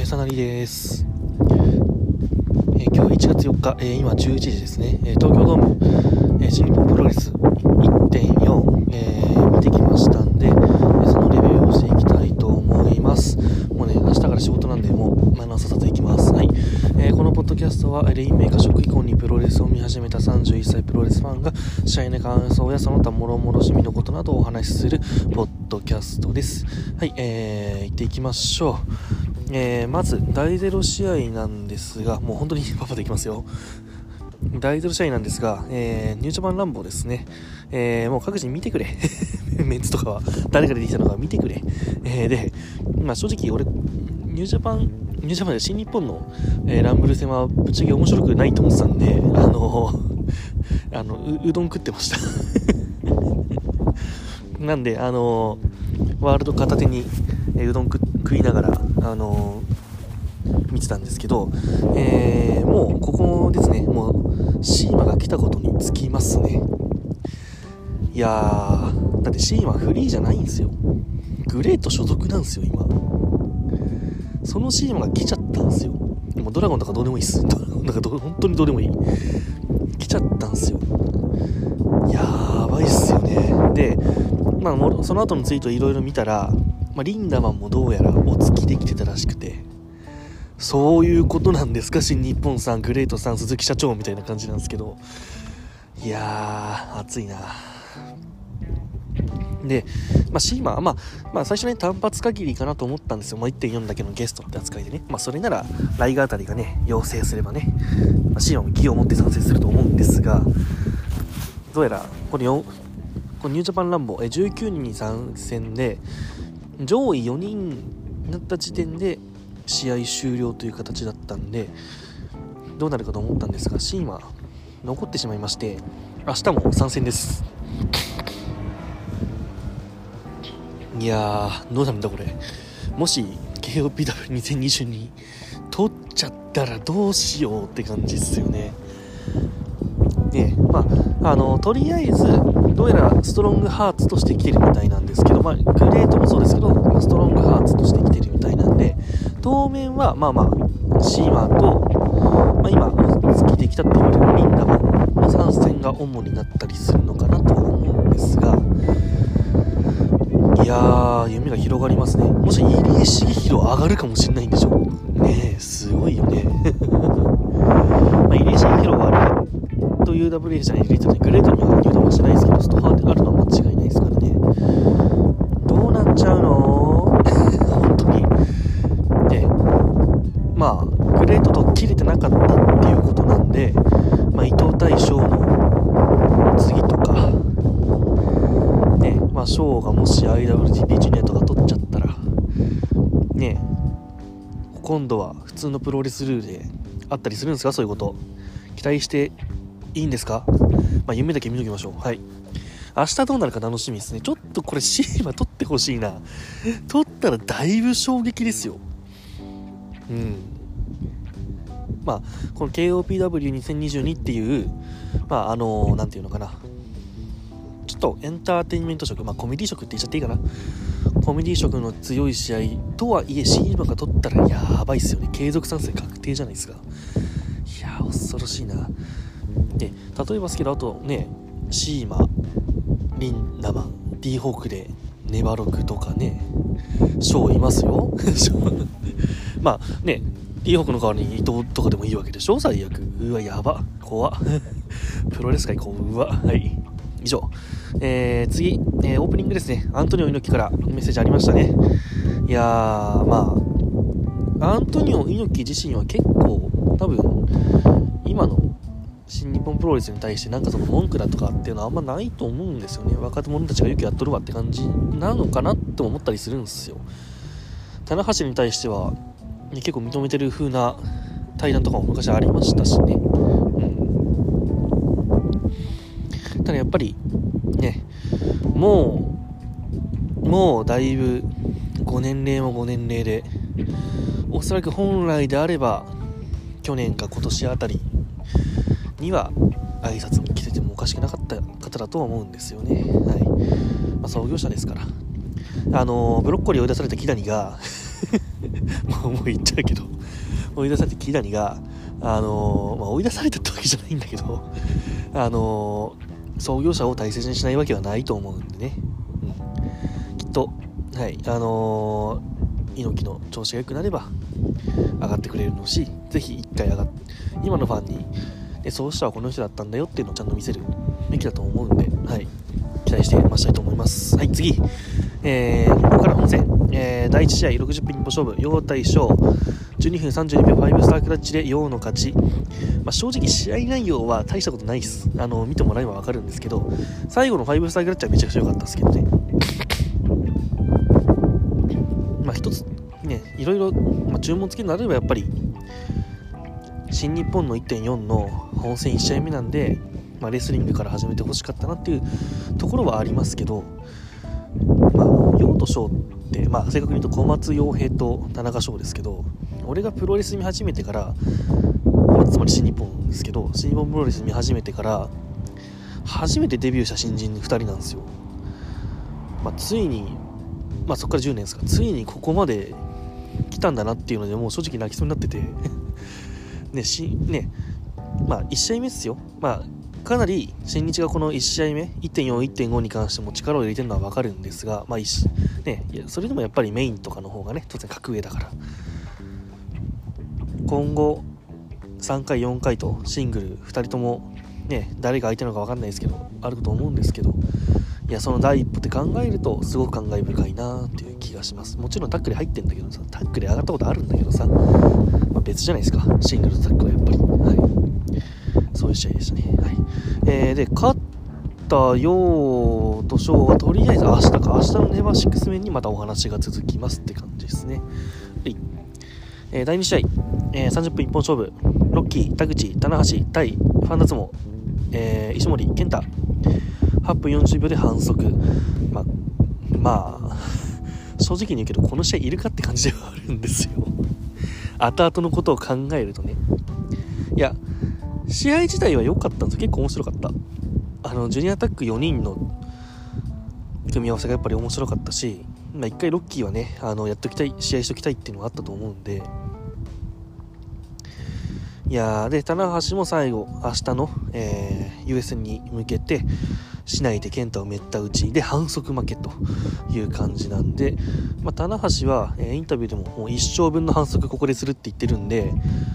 さなりです。今日1月4日、今11時ですね。東京ドーム、新日本プロレス 1.4、見てきましたんで、そのレビューをしていきたいと思います。もうね、明日から仕事なんで、もうさっさと行きます。はい。このポッドキャストはレインメーカー職以降にプロレスを見始めた31歳プロレスファンが試合の感想やその他諸々趣味のことなどをお話しするポッドキャストです。はい、行っていきましょう。まず第0試合なんですが、もう本当にパパでいきますよ。第0試合なんですが、ニュージャパンランボーですね。もう各自見てくれメンツとかは誰が出てきたのか見てくれ。で、正直俺ニュージャパンで新日本の、ランブル戦はぶっちゃけ面白くないと思ってたんで、うどん食ってましたなんでワールド片手にうどん食いながら見てたんですけど、もうここですね。もうシーマが来たことにつきますね。いやー、だってシーマフリーじゃないんですよ。グレート所属なんですよ今。そのシーマが来ちゃったんですよ。もうドラゴンとかどうでもいいっす。本当にどうでもいい。来ちゃったんですよ。やばいっすよね。で、その後のツイートいろいろ見たら、リンダマンもどうやらお付きできてたらしくて、そういうことなんですか、新日本さん、グレートさん、鈴木社長みたいな感じなんですけど、いやー熱いな。で、シーマは最初ね単発限りかなと思ったんですよ。1.4 だけのゲストって扱いでね、それならライガーあたりがね要請すればね、シーマも気を持って参戦すると思うんですが、どうやらこのニュージャパンランボー19人に参戦で、上位4人になった時点で試合終了という形だったんで、どうなるかと思ったんですが、シーマ残ってしまいまして、明日も参戦です。いやー、どうなんだこれ。もし KOPW2022 取っちゃったらどうしようって感じっすよね。で、とりあえずどうやらストロングハーツとして来てるみたいなんですけど、グレートもそうですけど、ストロングハーツとして来てるみたいなんで、当面はシーマと、今好きできたって言われるリンダマンの参戦が主になったりするのかなとは思うんですが、いやー、夢が広がりますね。もし入江重弘上がるかもしれないんでしょねえ、すごいよね入江重弘はあれと UWA じゃない、グレートには入団はしないですけど、ストハーであるのは間違いないですからね。どうなっちゃうの本当に。で、グレートと切れてなかったっていうことなんで、伊藤大将の次とかね、翔がもし IWGP ジュニアとか取っちゃったらね、今度は普通のプロレスルールであったりするんですか。そういうこと期待していいんですか。夢だけ見ときましょう。はい、明日どうなるか楽しみですね。ちょっとこれシーマ取ってほしいな。取ったらだいぶ衝撃ですよ。この KOPW2022 っていうなんていうのかな、ちょっとエンターテインメント色、コメディ色って言っちゃっていいかな。コメディ色の強い試合とはいえ、シーマが取ったらやばいっすよね。継続参戦確定じゃないですか。いや恐ろしいな。で、例えばですけど、あとね、シーマ、リンダマン、D ホークでネバロクとかね、ショーいますよD ホークの代わりに伊藤とかでもいいわけでしょ。最悪。うわやば怖プロレス界こうわ。はい、以上。次、オープニングですね。アントニオ猪木からメッセージありましたね。いやー、アントニオ猪木自身は結構多分今の新日本プロレスに対してその文句だとかっていうのはあんまないと思うんですよね。若手者たちがよくやっとるわって感じなのかなって思ったりするんですよ。棚橋に対しては、結構認めてる風な対談とかも昔ありましたしね。ただやっぱりね、もうだいぶご年齢もご年齢で、おそらく本来であれば去年か今年あたりには挨拶に来ててもおかしくなかった方だとは思うんですよね。はい、創業者ですから。ブロッコリーを追い出された木谷がもう言っちゃうけど、追い出されて木谷が追い出されたってわけじゃないんだけど創業者を大切にしないわけはないと思うんでね、きっとはい猪木の調子が良くなれば上がってくれるのし、ぜひ一回今のファンにそうしたらこの人だったんだよっていうのをちゃんと見せるべきだと思うんで、はい、期待して待ちたいと思います。はい、次、ここから本戦、第1試合60分一本勝負、陽対翔12分32秒5スタークラッチで陽の勝ち。正直試合内容は大したことないです。見てもらえば分かるんですけど、最後の5スタークラッチはめちゃくちゃ良かったですけどね。一つね、いろいろ、注文つけるのあればやっぱり新日本の 1.4 の本戦1試合目なんで、レスリングから始めてほしかったなっていうところはありますけど、陽と翔って、正確に言うと小松陽平と田中翔ですけど、俺がプロレス見始めてから、つまり新日本ですけど、新日本プロレス見始めてから初めてデビューした新人2人なんですよ。ついに、そこから10年ですか、ついにここまで来たんだなっていうので、もう正直泣きそうになってて1試合目ですよ。かなり新日がこの1試合目 1.4、1.5 に関しても力を入れてるのは分かるんですが、それでもやっぱりメインとかの方がね当然格上だから、今後3回4回とシングル2人ともね、誰が相手なのか分かんないですけどあると思うんですけど、その第一歩って考えるとすごく感慨深いなっていう気がします。もちろんタックル入ってんだけどさ、タックル上がったことあるんだけどさ、別じゃないですか、シングルとタックルはやっぱり、そういう試合でしたね。で勝った陽と翔はとりあえず明日のネバー6面にまたお話が続きますって感じですね。第2試合、30分一本勝負、ロッキー、田口、棚橋対ファンダツモ、石森、健太、8分40秒で反則。正直に言うけどこの試合いるかって感じではあるんですよ後々のことを考えるとね。試合自体は良かったんですよ。結構面白かった。ジュニアタック4人の組み合わせがやっぱり面白かったし、一回ロッキーはねやっときたい、試合しときたいっていうのがあったと思うんで、で棚橋も最後明日の、US に向けて市内で健太をめった打ちで反則負けという感じなんで、棚橋は、インタビューでもう一生分の反則ここでするって言ってるんで、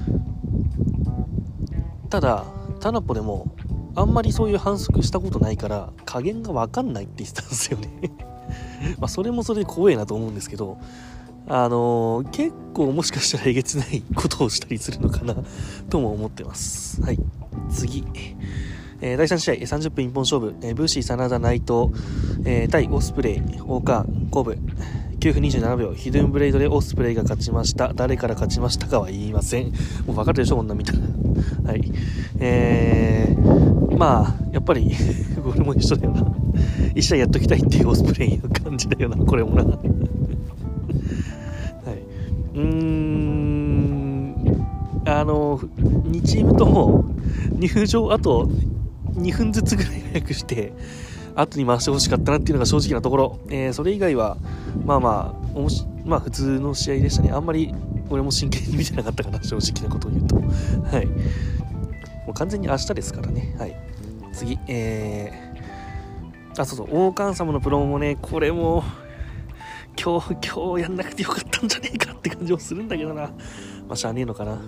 ただタナポでもあんまりそういう反則したことないから加減が分かんないって言ってたんですよねそれもそれで怖いなと思うんですけど、結構もしかしたらえげつないことをしたりするのかなとも思ってます。次、第3試合30分一本勝負、ブーシー、真田、内藤、対オスプレイ、オーカー、コブ、9分27秒ヒドゥンブレイドでオスプレイが勝ちました。誰から勝ちましたかは言いません。もう分かるでしょこんなん見たらやっぱりこれも一緒だよな一試合やっときたいっていうオスプレイの感じだよなこれもな2チームとも入場あと2分ずつぐらい早くして後に回してほしかったなっていうのが正直なところ、それ以外は普通の試合でしたね。あんまり俺も真剣に見てなかったかな、正直なことを言うともう完全に明日ですからね。次、そうそう、王冠様のプロモもね、これも今日やんなくてよかったんじゃねえかって感じもするんだけどな。しゃあねえのかな。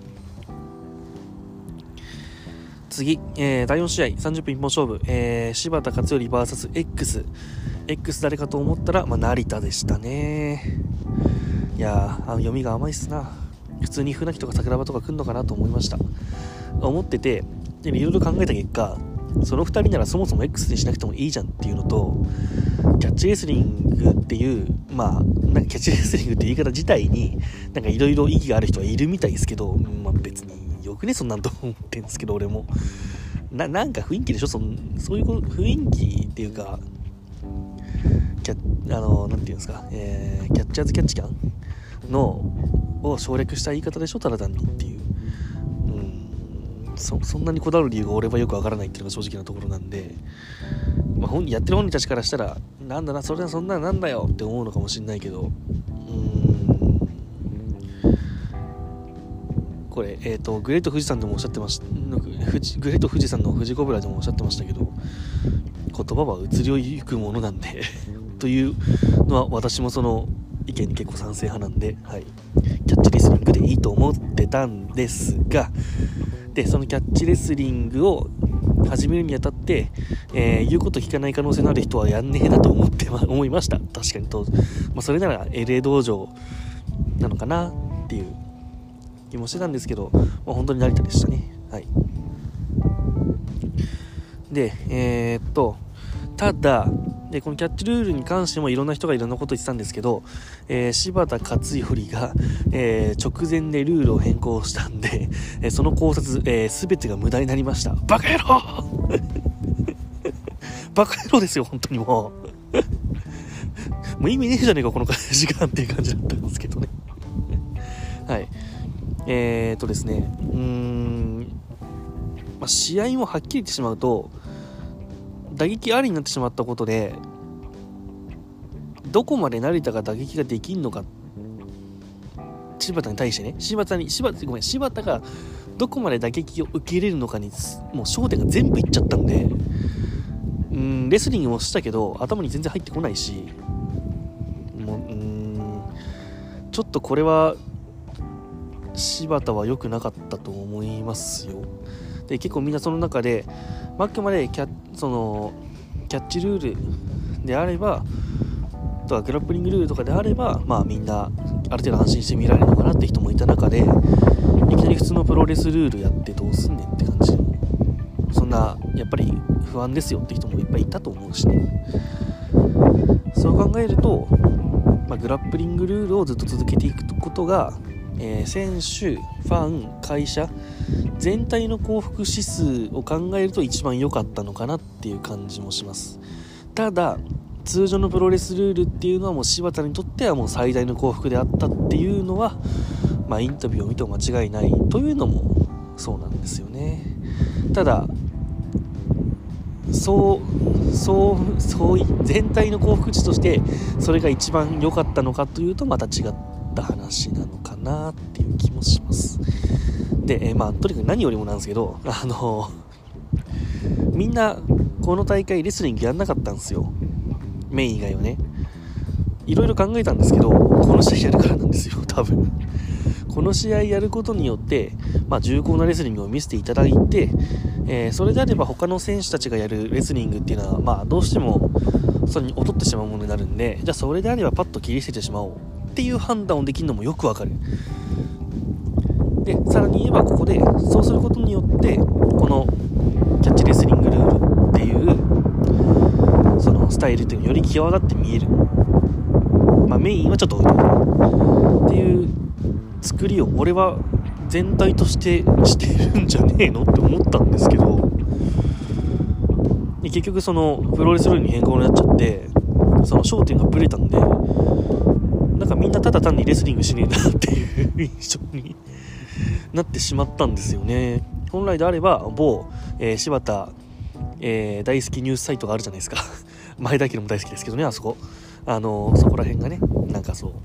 次、第4試合30分一本勝負、柴田勝頼 VSX 誰かと思ったら、成田でしたね。読みが甘いっすな。普通に船木とか桜庭とか来るのかなと思いました。思ってていろいろ考えた結果、その2人ならそもそも X にしなくてもいいじゃんっていうのと、キャッチレスリングっていうキャッチレスリングっていう言い方自体にいろいろ意義がある人はいるみたいですけど、別によくねそんなんと思ってるんですけど、俺もなんか雰囲気でしょ、そういう雰囲気っていうかなんていうんですか、キャッチャーズキャッチキャンのを省略した言い方でしょ、ただ単にっていう、そんなにこだわる理由が俺はよくわからないっていうのが正直なところなんで、やってる本人たちからしたらなんだなそれはそんななんだよって思うのかもしれないけど、 これ、グレート富士山でもおっしゃってましたグレート富士山の富士コブラでもおっしゃってましたけど、言葉は移りをゆくものなんでというのは私もその意見に結構賛成派なんで、はい、キャッチレスリングでいいと思ってたんですが、でそのキャッチレスリングを始めるにあたって、言うこと聞かない可能性のある人はやんねえなと思いました。確かにそれなら LA 道場なのかなっていう気もしてたんですけど、本当に成田でしたね。はい。で、ただでこのキャッチルールに関してもいろんな人がいろんなこと言ってたんですけど、柴田勝頼が、直前でルールを変更したんで、その考察、全てが無駄になりました。バカ野郎バカ野郎ですよ本当にもう意味ねえじゃねえかこの時間っていう感じだったんですけどねはいですね試合もはっきり言ってしまうと打撃ありになってしまったことでどこまで成田が打撃ができんのか、柴田に対してね、柴田がどこまで打撃を受け入れるのかにもう焦点が全部いっちゃったんで、レスリングもしたけど頭に全然入ってこないし、ちょっとこれは柴田は良くなかったと思いますよ。で結構みんなその中であくまでキャッチルールであればとかグラップリングルールとかであれば、みんなある程度安心して見られるのかなって人もいた中で、いきなり普通のプロレスルールやってどうすんねんって感じ、そんなやっぱり不安ですよって人もいっぱいいたと思うしね。そう考えると、グラップリングルールをずっと続けていくことが、選手、ファン、会社全体の幸福指数を考えると一番良かったのかなっていう感じもします。ただ通常のプロレスルールっていうのはもう柴田にとってはもう最大の幸福であったっていうのは、インタビューを見ても間違いないというのもそうなんですよね。ただそう全体の幸福値としてそれが一番良かったのかというとまた違った話なのかなっていう気もします。で、とにかく何よりもなんですけどみんなこの大会レスリングやんなかったんですよ、メイン以外はね。いろいろ考えたんですけどこの試合やるからなんですよ。多分この試合やることによって、重厚なレスリングを見せていただいて、それであれば他の選手たちがやるレスリングっていうのは、どうしてもそれに劣ってしまうものになるんで、じゃあそれであればパッと切り捨ててしまおうっていう判断をできるのもよくわかる。でさらに言えばここでそうすることによってこのキャッチレスリングルールっていうそのスタイルっていうのより際立って見える、メインはちょっと置いとくっていう作りを俺は全体としてしてるんじゃねえのって思ったんですけど、結局そのプロレスルールに変更になっちゃってその焦点がブレたんで、なんかみんなただ単にレスリングしねえなっていう印象になってしまったんですよね。本来であれば某、柴田、大好きニュースサイトがあるじゃないですか前田家のも大好きですけどね、そこら辺がね、なんかそう、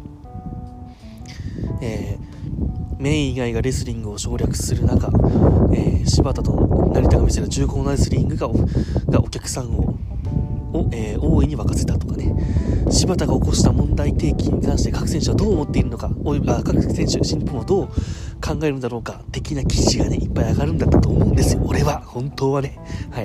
メイン以外がレスリングを省略する中、柴田と成田が見せる重厚なレスリングがお客さんを大いに沸かせたとかね、柴田が起こした問題提起に関して各選手はどう思っているのか、各選手新日本はどう考えるんだろうか的な記事がねいっぱい上がるんだったと思うんですよ、俺は本当はね。はい、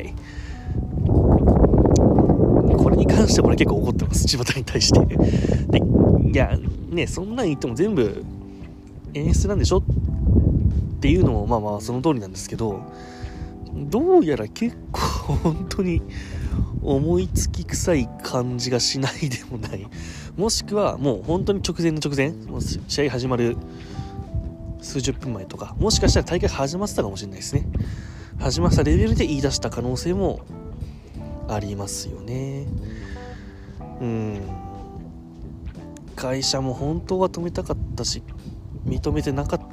これに関しても俺結構怒ってます、柴田に対してで、いやね、そんなん言っても全部演出なんでしょっていうのもその通りなんですけど、どうやら結構本当に思いつき臭い感じがしないでもない、もしくはもう本当に直前の直前、もう試合始まる数十分前とか、もしかしたら大会始まってたかもしれないですね。始まったレベルで言い出した可能性もありますよね。会社も本当は止めたかったし認めてなかった。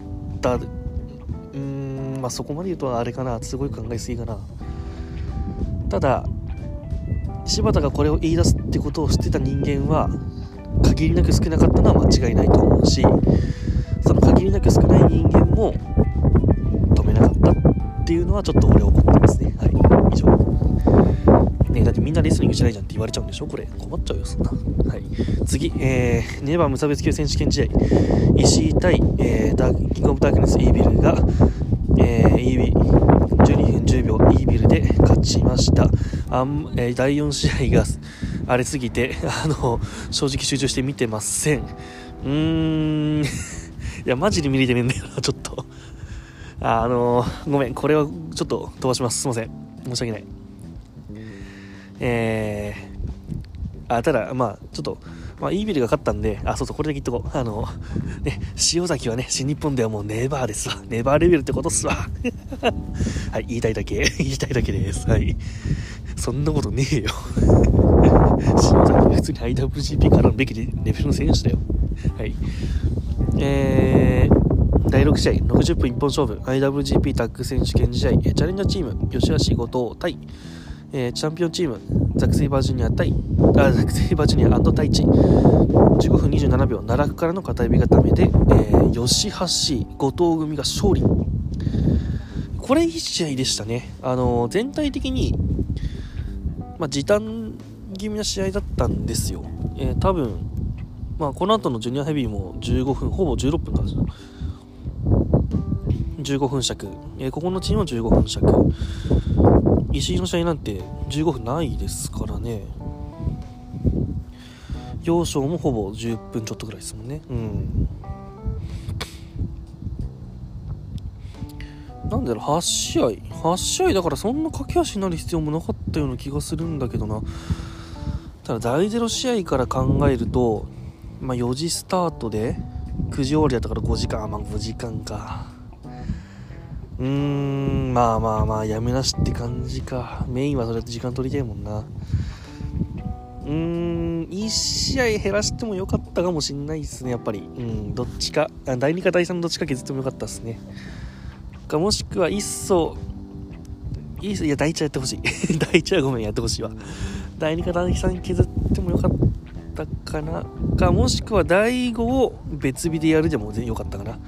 そこまで言うとあれかな、すごい考えすぎかな。ただ柴田がこれを言い出すってことを知ってた人間は限りなく少なかったのは間違いないと思うし、その限限りなく少ない人間も止めなかったっていうのはちょっと俺怒ってますね。はい、以上。ね、だってみんなレスリングしないじゃんって言われちゃうんでしょ、これ。困っちゃうよ、そんな。はい。次、ネバー無差別級選手権試合。石井対、キングオブダークネスイービルが、12分10秒イービルで勝ちました。第4試合が荒れすぎて、正直集中して見てません。いや、マジで見れてねえんだよな、ちょっと。ごめん、これはちょっと飛ばします。すいません。申し訳ない。ただ、まあ、ちょっと、イービルが勝ったんで、そうそう、これだけ言っとこう。塩崎はね、新日本ではもうネバーですわ。ネバーレベルってことっすわ。はい、言いたいだけです。はい。そんなことねえよ。塩崎は普通に IWGP からのべきレベルの選手だよ。はい。第6試合、60分一本勝負、IWGP タッグ選手権試合、チャレンジャーチーム、吉橋後藤対、チャンピオンチームザク・セイバージュニアザク・セイバージュニア&太一15分27秒奈落からの片指固めで、吉橋後藤組が勝利。これいい試合でしたね。全体的に、時短気味な試合だったんですよ。多分、この後のジュニアヘビーも15分ほぼ16分か15分尺、ここのチームは15分尺。石井の試合なんて15分ないですからね。要所もほぼ10分ちょっとぐらいですもんね。なんだろう、8試合だからそんな駆け足になる必要もなかったような気がするんだけどな。ただ第0試合から考えると、4時スタートで9時終わりだったから5時間5時間か。やめなしって感じか。メインはそれ時間取りたいもんな。1試合減らしてもよかったかもしんないですね、やっぱり。どっちか、第2か第3のどっちか削ってもよかったですね。もしくは第1やってほしい。第1はごめん、やってほしいわ。第2か第3削ってもよかったかな。もしくは第5を別日でやるでも全然よかったかな。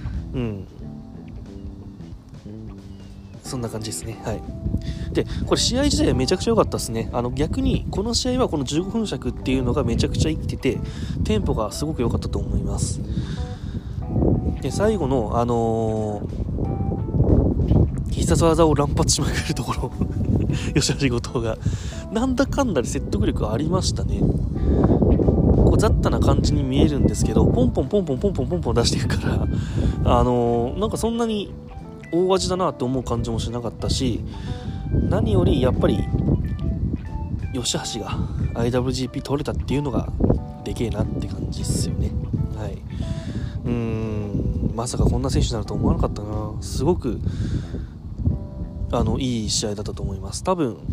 そんな感じですね。はい。で、これ試合自体はめちゃくちゃ良かったですね。逆にこの試合はこの15分尺っていうのがめちゃくちゃ生きてて、テンポがすごく良かったと思います。で、最後の必殺技を乱発しまくるところ吉橋後藤がなんだかんだで説得力ありましたね。雑多な感じに見えるんですけど、ポンポン出していくから、なんかそんなに大味だなって思う感じもしなかったし、何よりやっぱり吉橋が IWGP 取れたっていうのがでけえなって感じっすよね。はい。まさかこんな選手になると思わなかったな。すごくいい試合だったと思います。多分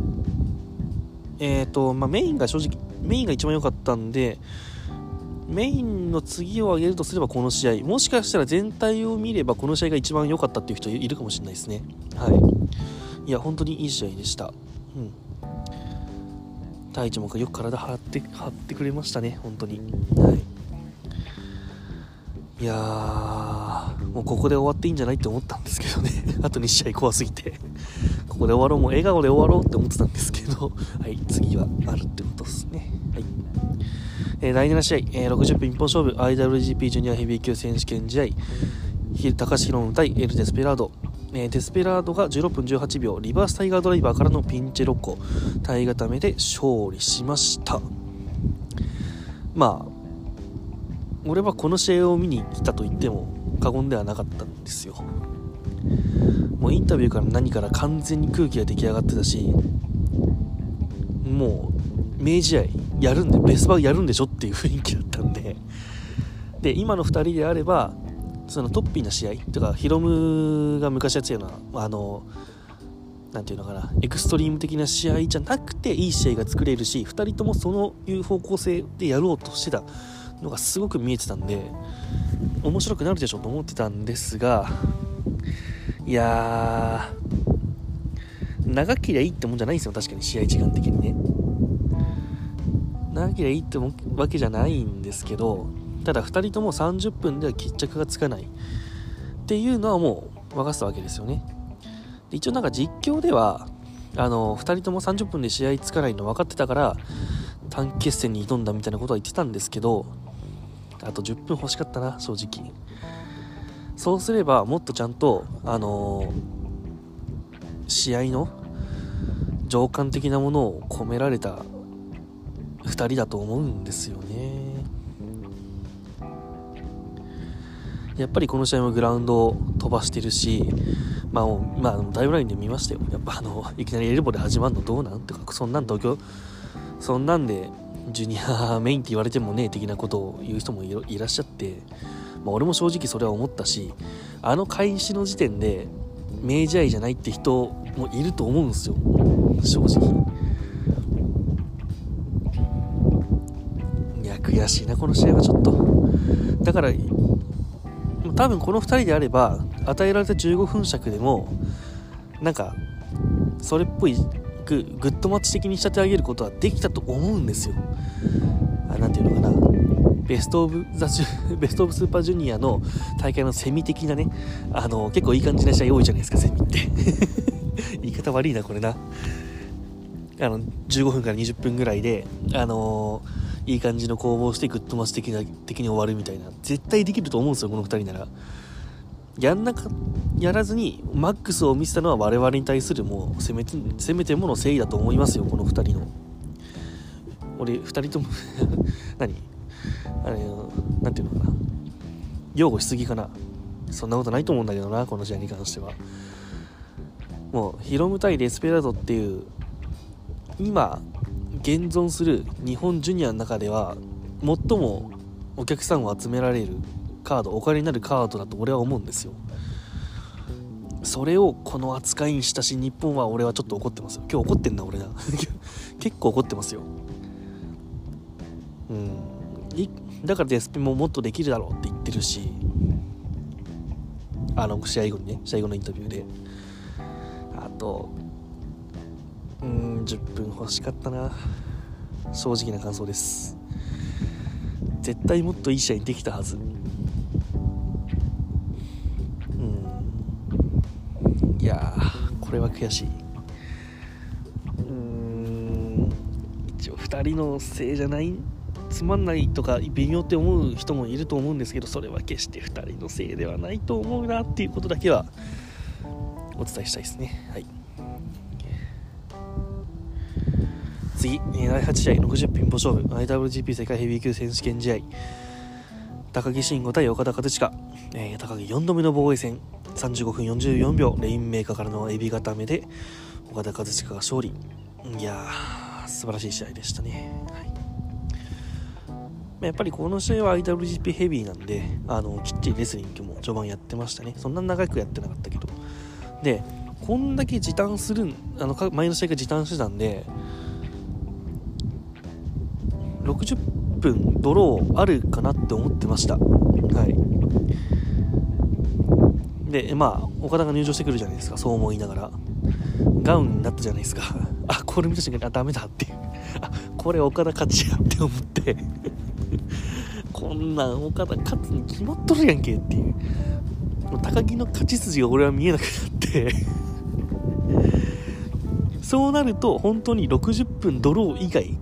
メインが一番良かったんで、メインの次を挙げるとすればこの試合、もしかしたら全体を見ればこの試合が一番良かったっていう人いるかもしれないですね。はい。いや本当にいい試合でした。太一もよく体張ってくれましたね、本当に。はい。いやー、もうここで終わっていいんじゃないって思ったんですけどね。あと2試合怖すぎてここで終わろう、もう笑顔で終わろうって思ってたんですけどはい、次はあるってことですね。はい。第7試合、60分一本勝負 IWGP ジュニアヘビー級選手権試合、高橋宏夢対エル・デスペラード。デスペラードが16分18秒リバースタイガードライバーからのピンチロッコ体固めで勝利しました。俺はこの試合を見に来たと言っても過言ではなかったんですよ。もうインタビューから何から完全に空気が出来上がってたし、もう名試合やるんでベストバウやるんでしょっていう雰囲気だったんで、今の2人であればそのトッピーな試合とか、ヒロムが昔やってたようななんていうのかな、エクストリーム的な試合じゃなくていい試合が作れるし、2人ともそういう方向性でやろうとしてたのがすごく見えてたんで面白くなるでしょうと思ってたんですが、いやー、長けりゃいいってもんじゃないんですよ。確かに試合時間的にね、長けりゃいいってわけじゃないんですけど、 ただ2人とも30分では決着がつかないっていうのはもう分かってたわけですよね。で一応なんか実況では2人とも30分で試合つかないの分かってたから短期決戦に挑んだみたいなことは言ってたんですけど、あと10分欲しかったな正直。そうすればもっとちゃんと試合の情感的なものを込められた2人だと思うんですよね。やっぱりこの試合もグラウンドを飛ばしてるし、タイムラインで見ましたよ。やっぱいきなりエルボで始まるのどうなんてか、そんなんでジュニアメインって言われてもね的なことを言う人もいらっしゃって、俺も正直それは思ったし、開始の時点で明治愛じゃないって人もいると思うんですよ正直。いや悔しいなこの試合はちょっと。だから多分この2人であれば与えられた15分尺でもなんかそれっぽいグッドマッチ的に仕立て上げることはできたと思うんですよ。なんていうのかな、ベストオブスーパージュニアの大会のセミ的なね、結構いい感じな試合多いじゃないですかセミって言い方悪いなこれな。15分から20分ぐらいでいい感じの攻防してグッドマッチ的に終わるみたいな、絶対できると思うんですよこの2人なら。やらずにマックスを見せたのは我々に対するもうせめてもの誠意だと思いますよこの2人の。俺2人ともなんていうのかな、擁護しすぎかな。そんなことないと思うんだけどなこの試合に関しては。もうヒロム対デスペラードっていう今現存する日本ジュニアの中では最もお客さんを集められるカード、お金になるカードだと俺は思うんですよ。それをこの扱いにしたし、日本は俺はちょっと怒ってますよ。今日怒ってんな俺な結構怒ってますよ。だからデスペももっとできるだろうって言ってるし、試合後のインタビューで、あと10分欲しかったな、正直な感想です。絶対もっといい試合にできたはず。いやーこれは悔しい。一応2人のせいじゃない、つまんないとか微妙って思う人もいると思うんですけど、それは決して2人のせいではないと思うなっていうことだけはお伝えしたいですね。はい、次、第8試合60分一本勝負 IWGP 世界ヘビー級選手権試合、高木慎吾対岡田和親、高木4度目の防衛戦、35分44秒レインメーカーからのエビ固めで岡田和親が勝利。いやー素晴らしい試合でしたね。やっぱりこの試合は IWGP ヘビーなんできっちりレスリングも序盤やってましたね。そんな長くやってなかったけど、でこんだけ時短する前の試合が時短してたんで60分ドローあるかなって思ってました。で岡田が入場してくるじゃないですか。そう思いながらガウンになったじゃないですかこれ見た瞬間にダメだっていうこれ岡田勝ちやって思ってこんなん岡田勝つに決まっとるやんけっていう、高木の勝ち筋が俺は見えなくなってそうなると本当に60分ドロー以外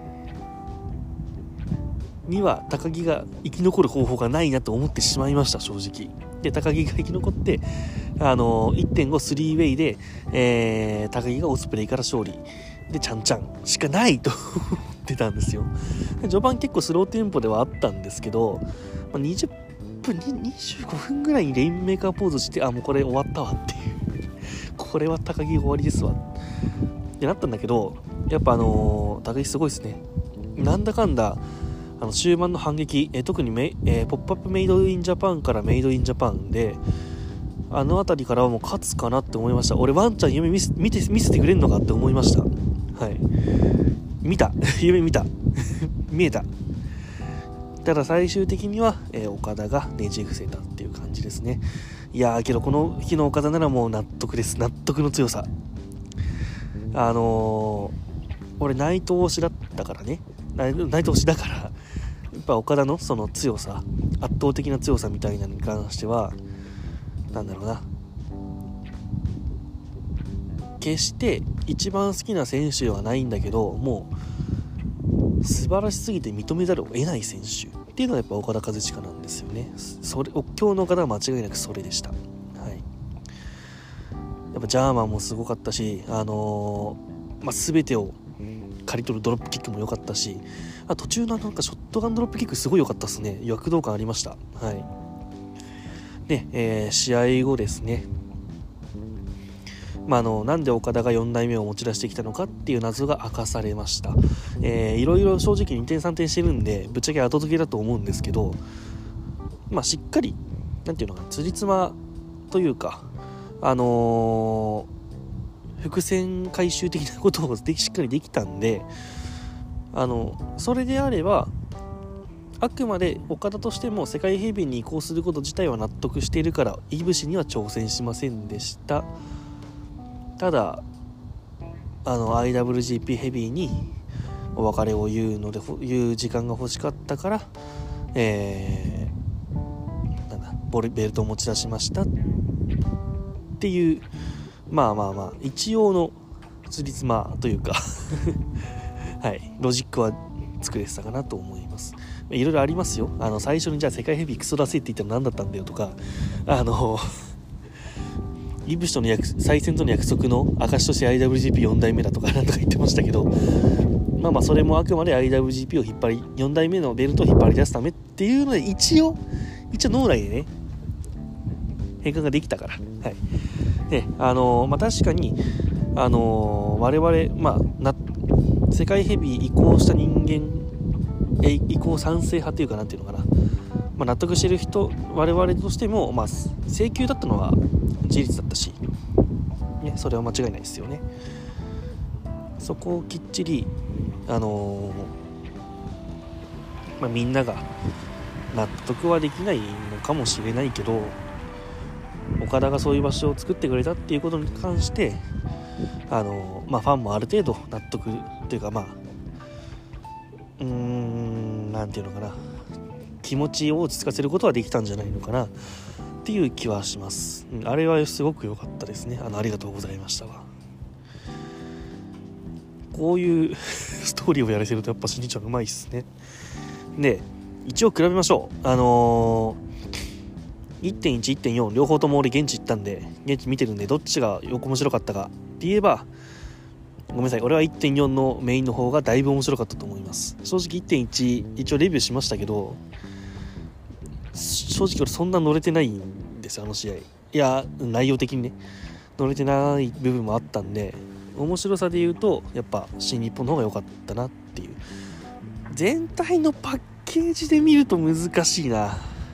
には高木が生き残る方法がないなと思ってしまいました正直。で高木が生き残って1.5 スリーウェイで、高木がオスプレイから勝利でちゃんちゃんしかないと思ってたんですよ。序盤結構スローテンポではあったんですけど、20分25分ぐらいにレインメーカーポーズしてもうこれ終わったわっていうこれは高木終わりですわってなったんだけど、やっぱ高木すごいですね。なんだかんだ終盤の反撃、特にポップアップメイドインジャパンからメイドインジャパンであの辺りからはもう勝つかなって思いました。俺ワンちゃん夢見せてくれんのかって思いました。見た夢見た見えた。ただ最終的には、岡田がねじ伏せたっていう感じですね。いやーけどこの日の岡田ならもう納得です。納得の強さ。俺内藤推しだったからね、内藤推しだからっぱ岡田のその強さ、圧倒的な強さみたいなのに関してはなんだろうな、決して一番好きな選手ではないんだけど、もう素晴らしすぎて認めざるを得ない選手っていうのはやっぱ岡田和親なんですよね。それ今日の岡田は間違いなくそれでした。はい、やっぱジャーマンもすごかったし、全てを刈り取るドロップキックも良かったし、途中のなんかショットガンドロップキックすごい良かったですね。躍動感ありました。はい。で、試合後ですね、なんで岡田が4代目を持ち出してきたのかっていう謎が明かされました。いろいろ正直2点3点してるんでぶっちゃけ後付けだと思うんですけど、しっかりなんていうのかな、つじつまというか伏線回収的なことをしっかりできたんで、それであればあくまで岡田としても世界ヘビーに移行すること自体は納得しているからいぶしには挑戦しませんでした。ただIWGP ヘビーにお別れを言う時間が欲しかったから、ベルトを持ち出しましたっていう一応のつりつまというかはい、ロジックは作れてたかなと思います。いろいろありますよ。最初にじゃあ世界ヘビークソ出せって言ったら何だったんだよとか、イブシとの再戦との約束の証として IWGP4 代目だとかなんとか言ってましたけど、それもあくまで IWGP を4代目のベルトを引っ張り出すためっていうので一応脳内でね変換ができたから、はい。で確かに我々世界ヘビー移行した人間移行賛成派というかなんていうのかな、納得してる人我々としても請求だったのは事実だったし、ね、それは間違いないですよね。そこをきっちりみんなが納得はできないのかもしれないけど、岡田がそういう場所を作ってくれたっていうことに関してファンもある程度納得というかなんていうのかな、気持ちを落ち着かせることはできたんじゃないのかなっていう気はします。あれはすごく良かったですね。ありがとうございましたわ。こういうストーリーをやらせるとやっぱ新日はうまいっすね。で一応比べましょう。1.1、1.4 両方とも俺現地行ったんで現地見てるんでどっちがよく面白かったかって言えばごめんなさい、俺は 1.4 のメインの方がだいぶ面白かったと思います。正直 1.1 一応レビューしましたけど、正直俺そんな乗れてないんですよ、あの試合。いや内容的にね乗れてない部分もあったんで、面白さで言うとやっぱ新日本の方が良かったなっていう。全体のパッケージで見ると難しいな。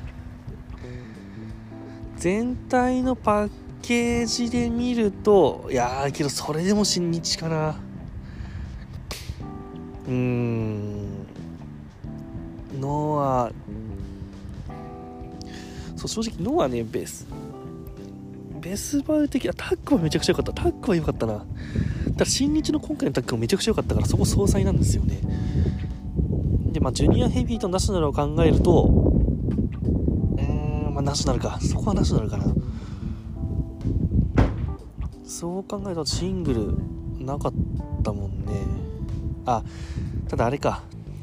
全体のパッケージで見るとけどそれでも新日かな。ノア正直ノアねベスバウ的タッグはめちゃくちゃ良かった。タッグは良かったな。だから新日の今回のタッグもめちゃくちゃ良かったからそこ総裁なんですよね。でジュニアヘビーとナショナルを考えるとナショナルか、そこはナショナルかな。そう考えるとシングルなかったもんね。ただあれか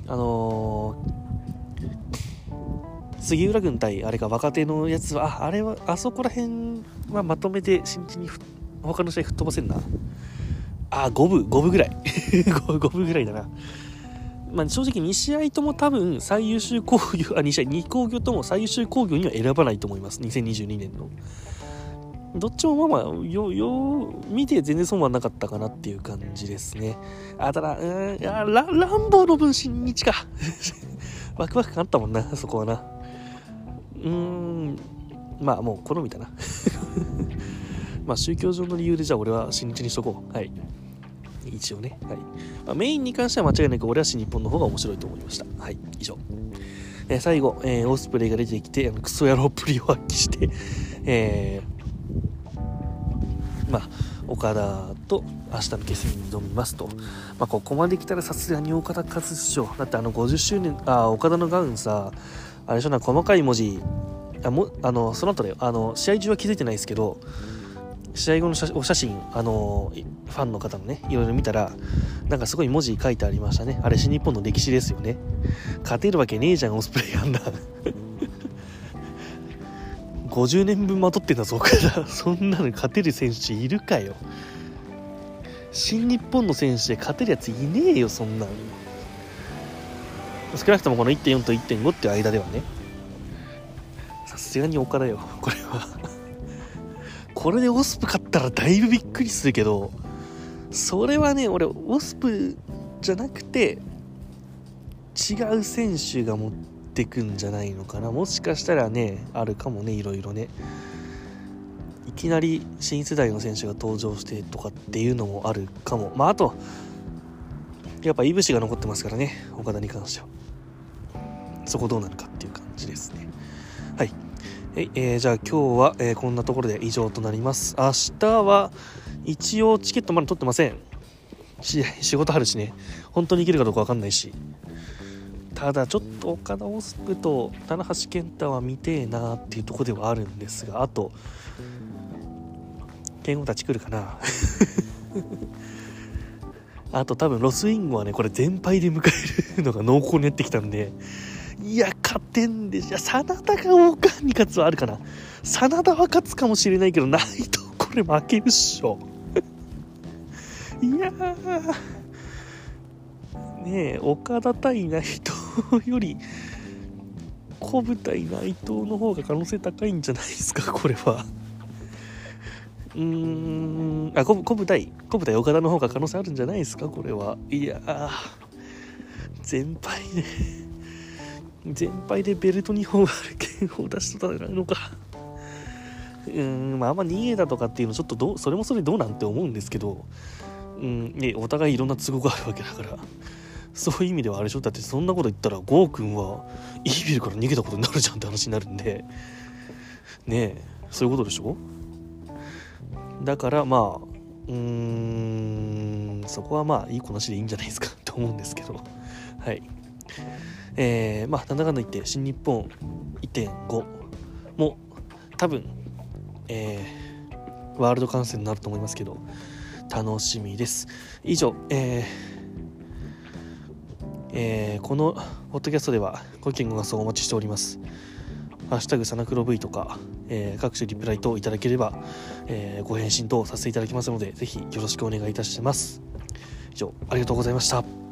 杉浦軍対あれか若手のやつはあれはあそこら辺はまとめて新日に他の試合吹っ飛ばせんな。5分ぐらい5分ぐらいだな。正直2試合とも多分最優秀興行2興行とも最優秀興行には選ばないと思います。2022年のどっちも見て全然損はなかったかなっていう感じですね。ただランボーの分新日かワクワク感あったもんな、そこはな。もう好みだな宗教上の理由でじゃあ俺は新日にしとこう。はい一応ね、はい。メインに関しては間違いなく俺は新日本の方が面白いと思いました。はい、以上。最後、オスプレイが出てきてクソ野郎っぷりを発揮して、岡田と明日の決戦に挑みますと。ここまで来たらさすがに岡田和っしょ。だって50周年岡田のガウンさ、あれでしょ、なんか細かい文字その後だよ、試合中は気づいてないですけど、試合後のお写真ファンの方のねいろいろ見たら、なんかすごい文字書いてありましたね。あれ新日本の歴史ですよね。勝てるわけねえじゃんオスプレイあんな50年分まとってんだぞからそんなの勝てる選手いるかよ。新日本の選手で勝てるやついねえよ、そんなの。少なくともこの 1.4 と 1.5 っていう間ではね。さすがに岡田よこれはこれでオスプ勝ったらだいぶびっくりするけど、それはね、俺オスプじゃなくて違う選手が持ってくんじゃないのかな。もしかしたらね、あるかもね、いろいろね。いきなり新世代の選手が登場してとかっていうのもあるかも。あとやっぱいぶしが残ってますからね、岡田に関しては。そこどうなるかっていう感じですね。はい、じゃあ今日は、こんなところで以上となります。明日は一応チケットまだ取ってません。仕事あるしね、本当に行けるかどうか分かんないし。ただちょっと岡田オスプと棚橋健太は見てえなっていうところではあるんですが、あと健吾たち来るかなあと多分ロスインゴはね、これ全敗で迎えるのが濃厚になってきたんで、いや勝てんで、真田が王冠に勝つはあるかな。真田は勝つかもしれないけど、内藤これ負けるっしょいやーねえ、岡田対内藤より小舞対内藤の方が可能性高いんじゃないですか、これは。小舞対岡田の方が可能性あるんじゃないですか、これは。いやー、全敗でベルト2本ある剣を出しとったのか。あんま逃げたとかっていうのちょっとそれもそれどうなんて思うんですけど、お互いいろんな都合があるわけだから、そういう意味ではあれでしょ。だってそんなこと言ったらゴーくんはイービルから逃げたことになるじゃんって話になるんでね、そういうことでしょ。だからそこはいいこなしでいいんじゃないですかと思うんですけど、はい。なんだかんだ言って新日本 1.5 も多分、ワールド観戦になると思いますけど、楽しみです。以上、このポッドキャストではご意見ご感想をお待ちしております。ハッシュタグサナクロ V とか、各種リプライ等いただければ、ご返信等させていただきますので、ぜひよろしくお願いいたします。以上、ありがとうございました。